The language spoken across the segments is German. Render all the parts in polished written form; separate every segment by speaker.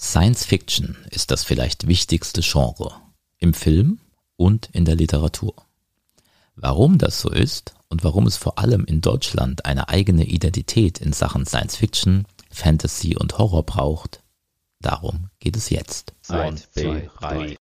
Speaker 1: Science Fiction ist das vielleicht wichtigste Genre im Film und in der Literatur. Warum das so ist und warum es vor allem in Deutschland eine eigene Identität in Sachen Science Fiction, Fantasy und Horror braucht, darum geht es jetzt.
Speaker 2: 1, 2, 3.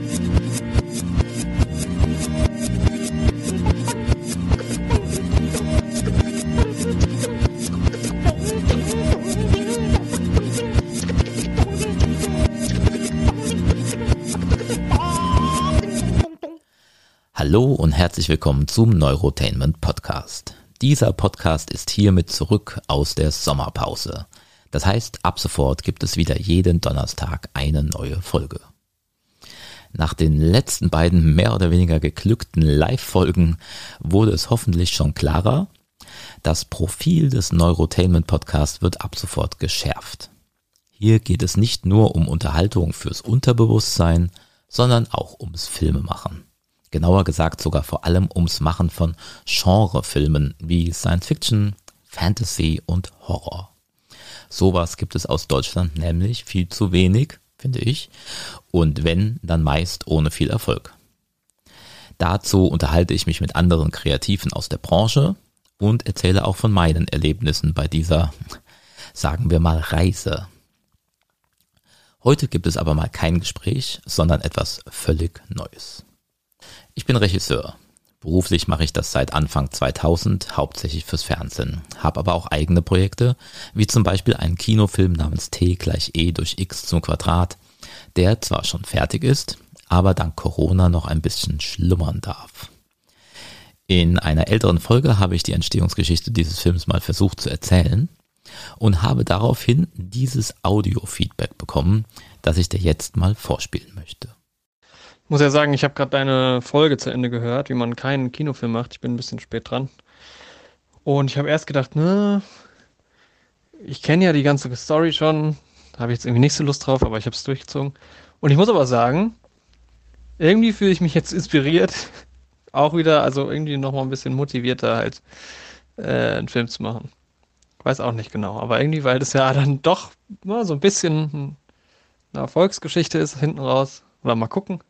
Speaker 1: Hallo und herzlich willkommen zum Neurotainment Podcast. Dieser Podcast ist hiermit zurück aus der Sommerpause. Das heißt, ab sofort gibt es wieder jeden Donnerstag eine neue Folge. Nach den letzten beiden mehr oder weniger geglückten Live-Folgen wurde es hoffentlich schon klarer, das Profil des Neurotainment Podcasts wird ab sofort geschärft. Hier geht es nicht nur um Unterhaltung fürs Unterbewusstsein, sondern auch ums Filmemachen. Genauer gesagt sogar vor allem ums Machen von Genrefilmen wie Science Fiction, Fantasy und Horror. Sowas gibt es aus Deutschland nämlich viel zu wenig, finde ich, und wenn, dann meist ohne viel Erfolg. Dazu unterhalte ich mich mit anderen Kreativen aus der Branche und erzähle auch von meinen Erlebnissen bei dieser, sagen wir mal, Reise. Heute gibt es aber mal kein Gespräch, sondern etwas völlig Neues. Ich bin Regisseur. Beruflich mache ich das seit Anfang 2000, hauptsächlich fürs Fernsehen, habe aber auch eigene Projekte, wie zum Beispiel einen Kinofilm namens T = E × X², der zwar schon fertig ist, aber dank Corona noch ein bisschen schlummern darf. In einer älteren Folge habe ich die Entstehungsgeschichte dieses Films mal versucht zu erzählen und habe daraufhin dieses Audio-Feedback bekommen, das ich dir jetzt mal vorspielen möchte.
Speaker 3: Ich muss ja sagen, ich habe gerade deine Folge zu Ende gehört, wie man keinen Kinofilm macht. Ich bin ein bisschen spät dran. Und ich habe erst gedacht, ich kenne ja die ganze Story schon. Da habe ich jetzt irgendwie nicht so Lust drauf, aber ich habe es durchgezogen. Und ich muss aber sagen, irgendwie fühle ich mich jetzt inspiriert. Auch wieder, also irgendwie nochmal ein bisschen motivierter halt, einen Film zu machen. Ich weiß auch nicht genau, aber irgendwie, weil das ja dann doch so ein bisschen eine Erfolgsgeschichte ist hinten raus. Oder mal gucken.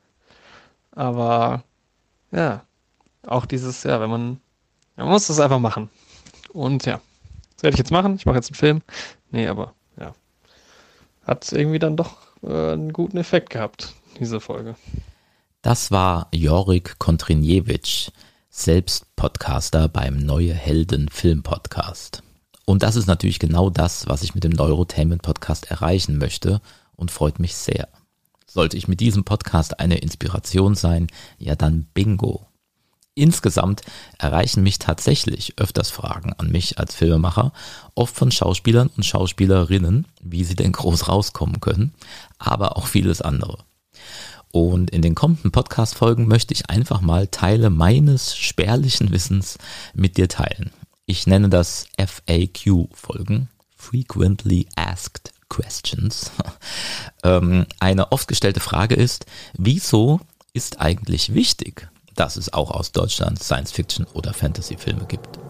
Speaker 3: Aber ja, auch dieses, man muss das einfach machen. Und ja, das werde ich jetzt machen. Ich mache jetzt einen Film. Aber ja, hat irgendwie dann doch einen guten Effekt gehabt, diese Folge.
Speaker 1: Das war Jorik Kontriniewicz, selbst Podcaster beim Neue Helden Film Podcast. Und das ist natürlich genau das, was ich mit dem Neurotainment Podcast erreichen möchte und freut mich sehr. Sollte ich mit diesem Podcast eine Inspiration sein, ja dann bingo. Insgesamt erreichen mich tatsächlich öfters Fragen an mich als Filmemacher, oft von Schauspielern und Schauspielerinnen, wie sie denn groß rauskommen können, aber auch vieles andere. Und in den kommenden Podcast-Folgen möchte ich einfach mal Teile meines spärlichen Wissens mit dir teilen. Ich nenne das FAQ-Folgen, Frequently Asked Questions. Eine oft gestellte Frage ist, wieso ist eigentlich wichtig, dass es auch aus Deutschland Science-Fiction- oder Fantasy-Filme gibt?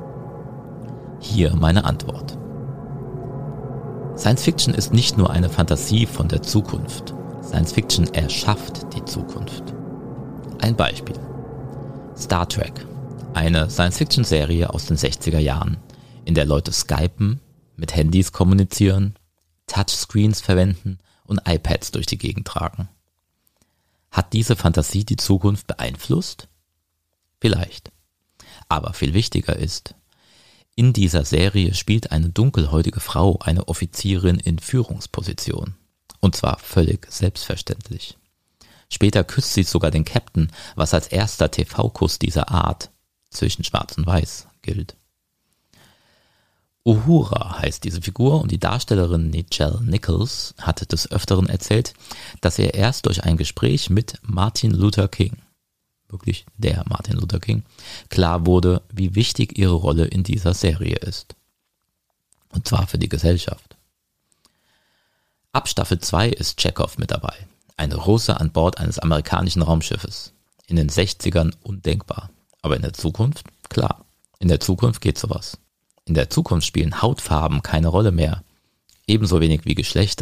Speaker 1: Hier meine Antwort. Science-Fiction ist nicht nur eine Fantasie von der Zukunft. Science-Fiction erschafft die Zukunft. Ein Beispiel. Star Trek, eine Science-Fiction-Serie aus den 60er Jahren, in der Leute skypen, mit Handys kommunizieren, Touchscreens verwenden und iPads durch die Gegend tragen. Hat diese Fantasie die Zukunft beeinflusst? Vielleicht. Aber viel wichtiger ist, in dieser Serie spielt eine dunkelhäutige Frau eine Offizierin in Führungsposition. Und zwar völlig selbstverständlich. Später küsst sie sogar den Captain, was als erster TV-Kuss dieser Art zwischen Schwarz und Weiß gilt. Uhura heißt diese Figur und die Darstellerin Nichelle Nichols hatte des Öfteren erzählt, dass ihr erst durch ein Gespräch mit Martin Luther King, wirklich der Martin Luther King, klar wurde, wie wichtig ihre Rolle in dieser Serie ist. Und zwar für die Gesellschaft. Ab Staffel 2 ist Chekhov mit dabei, eine Russe an Bord eines amerikanischen Raumschiffes. In den 60ern undenkbar, aber in der Zukunft, klar, in der Zukunft geht sowas. In der Zukunft spielen Hautfarben keine Rolle mehr, ebenso wenig wie Geschlechter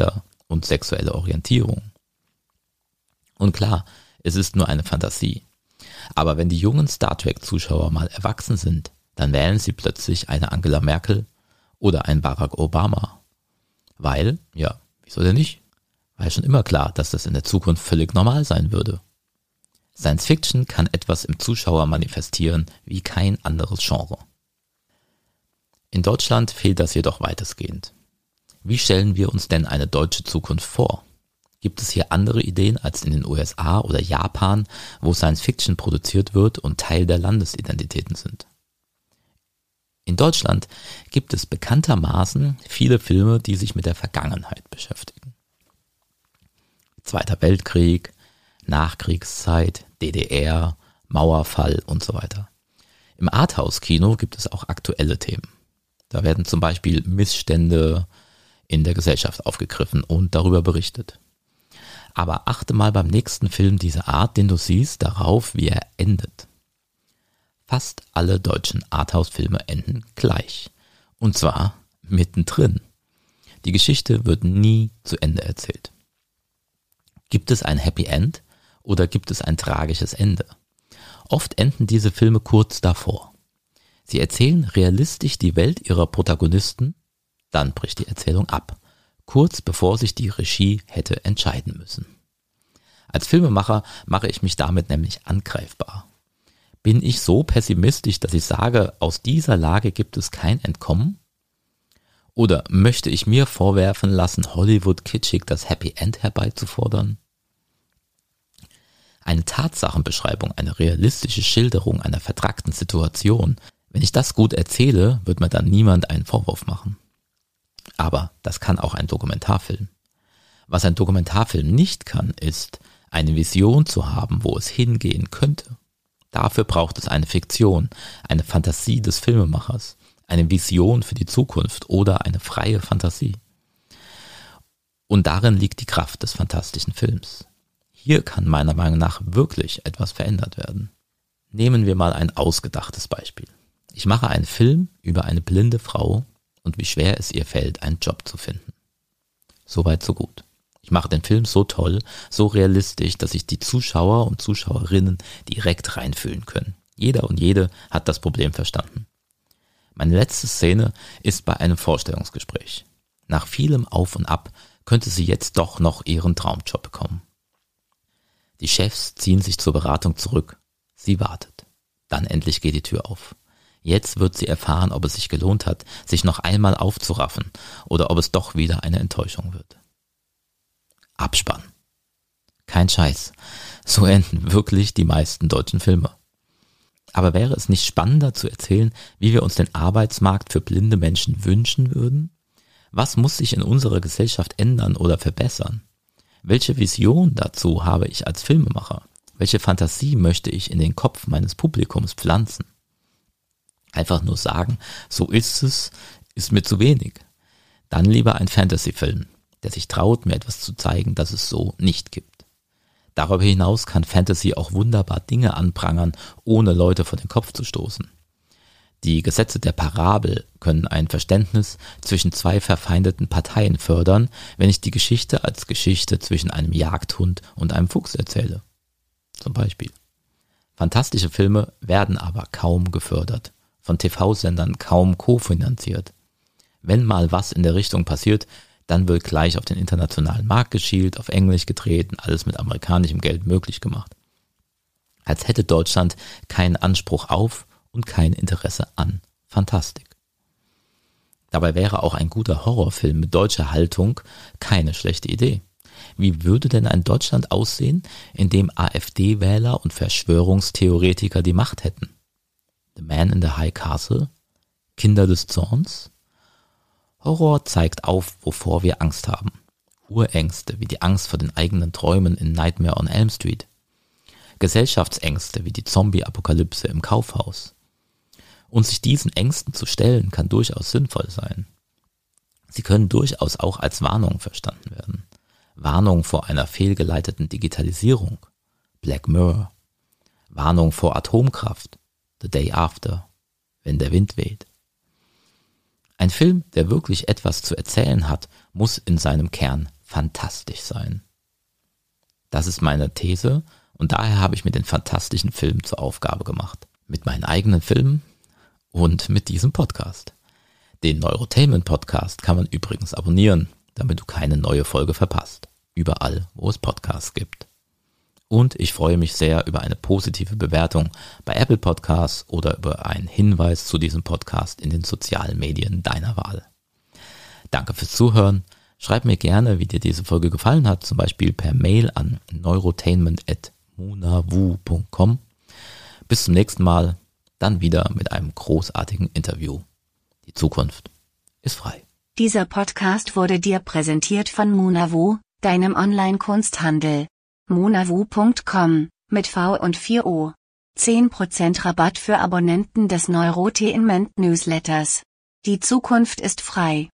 Speaker 1: und sexuelle Orientierung. Und klar, es ist nur eine Fantasie. Aber wenn die jungen Star Trek-Zuschauer mal erwachsen sind, dann wählen sie plötzlich eine Angela Merkel oder einen Barack Obama. Weil, ja, wieso denn nicht? War schon immer klar, dass das in der Zukunft völlig normal sein würde. Science Fiction kann etwas im Zuschauer manifestieren wie kein anderes Genre. In Deutschland fehlt das jedoch weitestgehend. Wie stellen wir uns denn eine deutsche Zukunft vor? Gibt es hier andere Ideen als in den USA oder Japan, wo Science Fiction produziert wird und Teil der Landesidentitäten sind? In Deutschland gibt es bekanntermaßen viele Filme, die sich mit der Vergangenheit beschäftigen. Zweiter Weltkrieg, Nachkriegszeit, DDR, Mauerfall und so weiter. Im Arthouse-Kino gibt es auch aktuelle Themen. Da werden zum Beispiel Missstände in der Gesellschaft aufgegriffen und darüber berichtet. Aber achte mal beim nächsten Film dieser Art, den du siehst, darauf, wie er endet. Fast alle deutschen Arthouse-Filme enden gleich. Und zwar mittendrin. Die Geschichte wird nie zu Ende erzählt. Gibt es ein Happy End oder gibt es ein tragisches Ende? Oft enden diese Filme kurz davor. Sie erzählen realistisch die Welt ihrer Protagonisten, dann bricht die Erzählung ab, kurz bevor sich die Regie hätte entscheiden müssen. Als Filmemacher mache ich mich damit nämlich angreifbar. Bin ich so pessimistisch, dass ich sage, aus dieser Lage gibt es kein Entkommen? Oder möchte ich mir vorwerfen lassen, Hollywood kitschig das Happy End herbeizufordern? Eine Tatsachenbeschreibung, eine realistische Schilderung einer vertrackten Situation. Wenn ich das gut erzähle, wird mir dann niemand einen Vorwurf machen. Aber das kann auch ein Dokumentarfilm. Was ein Dokumentarfilm nicht kann, ist, eine Vision zu haben, wo es hingehen könnte. Dafür braucht es eine Fiktion, eine Fantasie des Filmemachers, eine Vision für die Zukunft oder eine freie Fantasie. Und darin liegt die Kraft des fantastischen Films. Hier kann meiner Meinung nach wirklich etwas verändert werden. Nehmen wir mal ein ausgedachtes Beispiel. Ich mache einen Film über eine blinde Frau und wie schwer es ihr fällt, einen Job zu finden. Soweit, so gut. Ich mache den Film so toll, so realistisch, dass sich die Zuschauer und Zuschauerinnen direkt reinfühlen können. Jeder und jede hat das Problem verstanden. Meine letzte Szene ist bei einem Vorstellungsgespräch. Nach vielem Auf und Ab könnte sie jetzt doch noch ihren Traumjob bekommen. Die Chefs ziehen sich zur Beratung zurück. Sie wartet. Dann endlich geht die Tür auf. Jetzt wird sie erfahren, ob es sich gelohnt hat, sich noch einmal aufzuraffen oder ob es doch wieder eine Enttäuschung wird. Abspann. Kein Scheiß. So enden wirklich die meisten deutschen Filme. Aber wäre es nicht spannender zu erzählen, wie wir uns den Arbeitsmarkt für blinde Menschen wünschen würden? Was muss sich in unserer Gesellschaft ändern oder verbessern? Welche Vision dazu habe ich als Filmemacher? Welche Fantasie möchte ich in den Kopf meines Publikums pflanzen? Einfach nur sagen, so ist es, ist mir zu wenig. Dann lieber ein Fantasy-Film, der sich traut, mir etwas zu zeigen, das es so nicht gibt. Darüber hinaus kann Fantasy auch wunderbar Dinge anprangern, ohne Leute vor den Kopf zu stoßen. Die Gesetze der Parabel können ein Verständnis zwischen zwei verfeindeten Parteien fördern, wenn ich die Geschichte als Geschichte zwischen einem Jagdhund und einem Fuchs erzähle. Zum Beispiel. Fantastische Filme werden aber kaum gefördert, von TV-Sendern kaum kofinanziert. Wenn mal was in der Richtung passiert, dann wird gleich auf den internationalen Markt geschielt, auf Englisch gedreht und alles mit amerikanischem Geld möglich gemacht. Als hätte Deutschland keinen Anspruch auf und kein Interesse an Fantastik. Dabei wäre auch ein guter Horrorfilm mit deutscher Haltung keine schlechte Idee. Wie würde denn ein Deutschland aussehen, in dem AfD-Wähler und Verschwörungstheoretiker die Macht hätten? The Man in the High Castle? Kinder des Zorns? Horror zeigt auf, wovor wir Angst haben. Urängste wie die Angst vor den eigenen Träumen in Nightmare on Elm Street. Gesellschaftsängste wie die Zombie-Apokalypse im Kaufhaus. Und sich diesen Ängsten zu stellen, kann durchaus sinnvoll sein. Sie können durchaus auch als Warnung verstanden werden. Warnung vor einer fehlgeleiteten Digitalisierung. Black Mirror. Warnung vor Atomkraft. The Day After. Wenn der Wind weht. Ein Film, der wirklich etwas zu erzählen hat, muss in seinem Kern fantastisch sein. Das ist meine These und daher habe ich mir den fantastischen Film zur Aufgabe gemacht. Mit meinen eigenen Filmen und mit diesem Podcast. Den Neurotainment Podcast kann man übrigens abonnieren, damit du keine neue Folge verpasst. Überall, wo es Podcasts gibt. Und ich freue mich sehr über eine positive Bewertung bei Apple Podcasts oder über einen Hinweis zu diesem Podcast in den sozialen Medien deiner Wahl. Danke fürs Zuhören. Schreib mir gerne, wie dir diese Folge gefallen hat, zum Beispiel per Mail an neurotainment@munavu.com. Bis zum nächsten Mal, dann wieder mit einem großartigen Interview. Die Zukunft ist frei.
Speaker 4: Dieser Podcast wurde dir präsentiert von Munavu, deinem Online-Kunsthandel. munavu.com, mit V und 4O. 10% Rabatt für Abonnenten des Neurotainment Newsletters. Die Zukunft ist frei.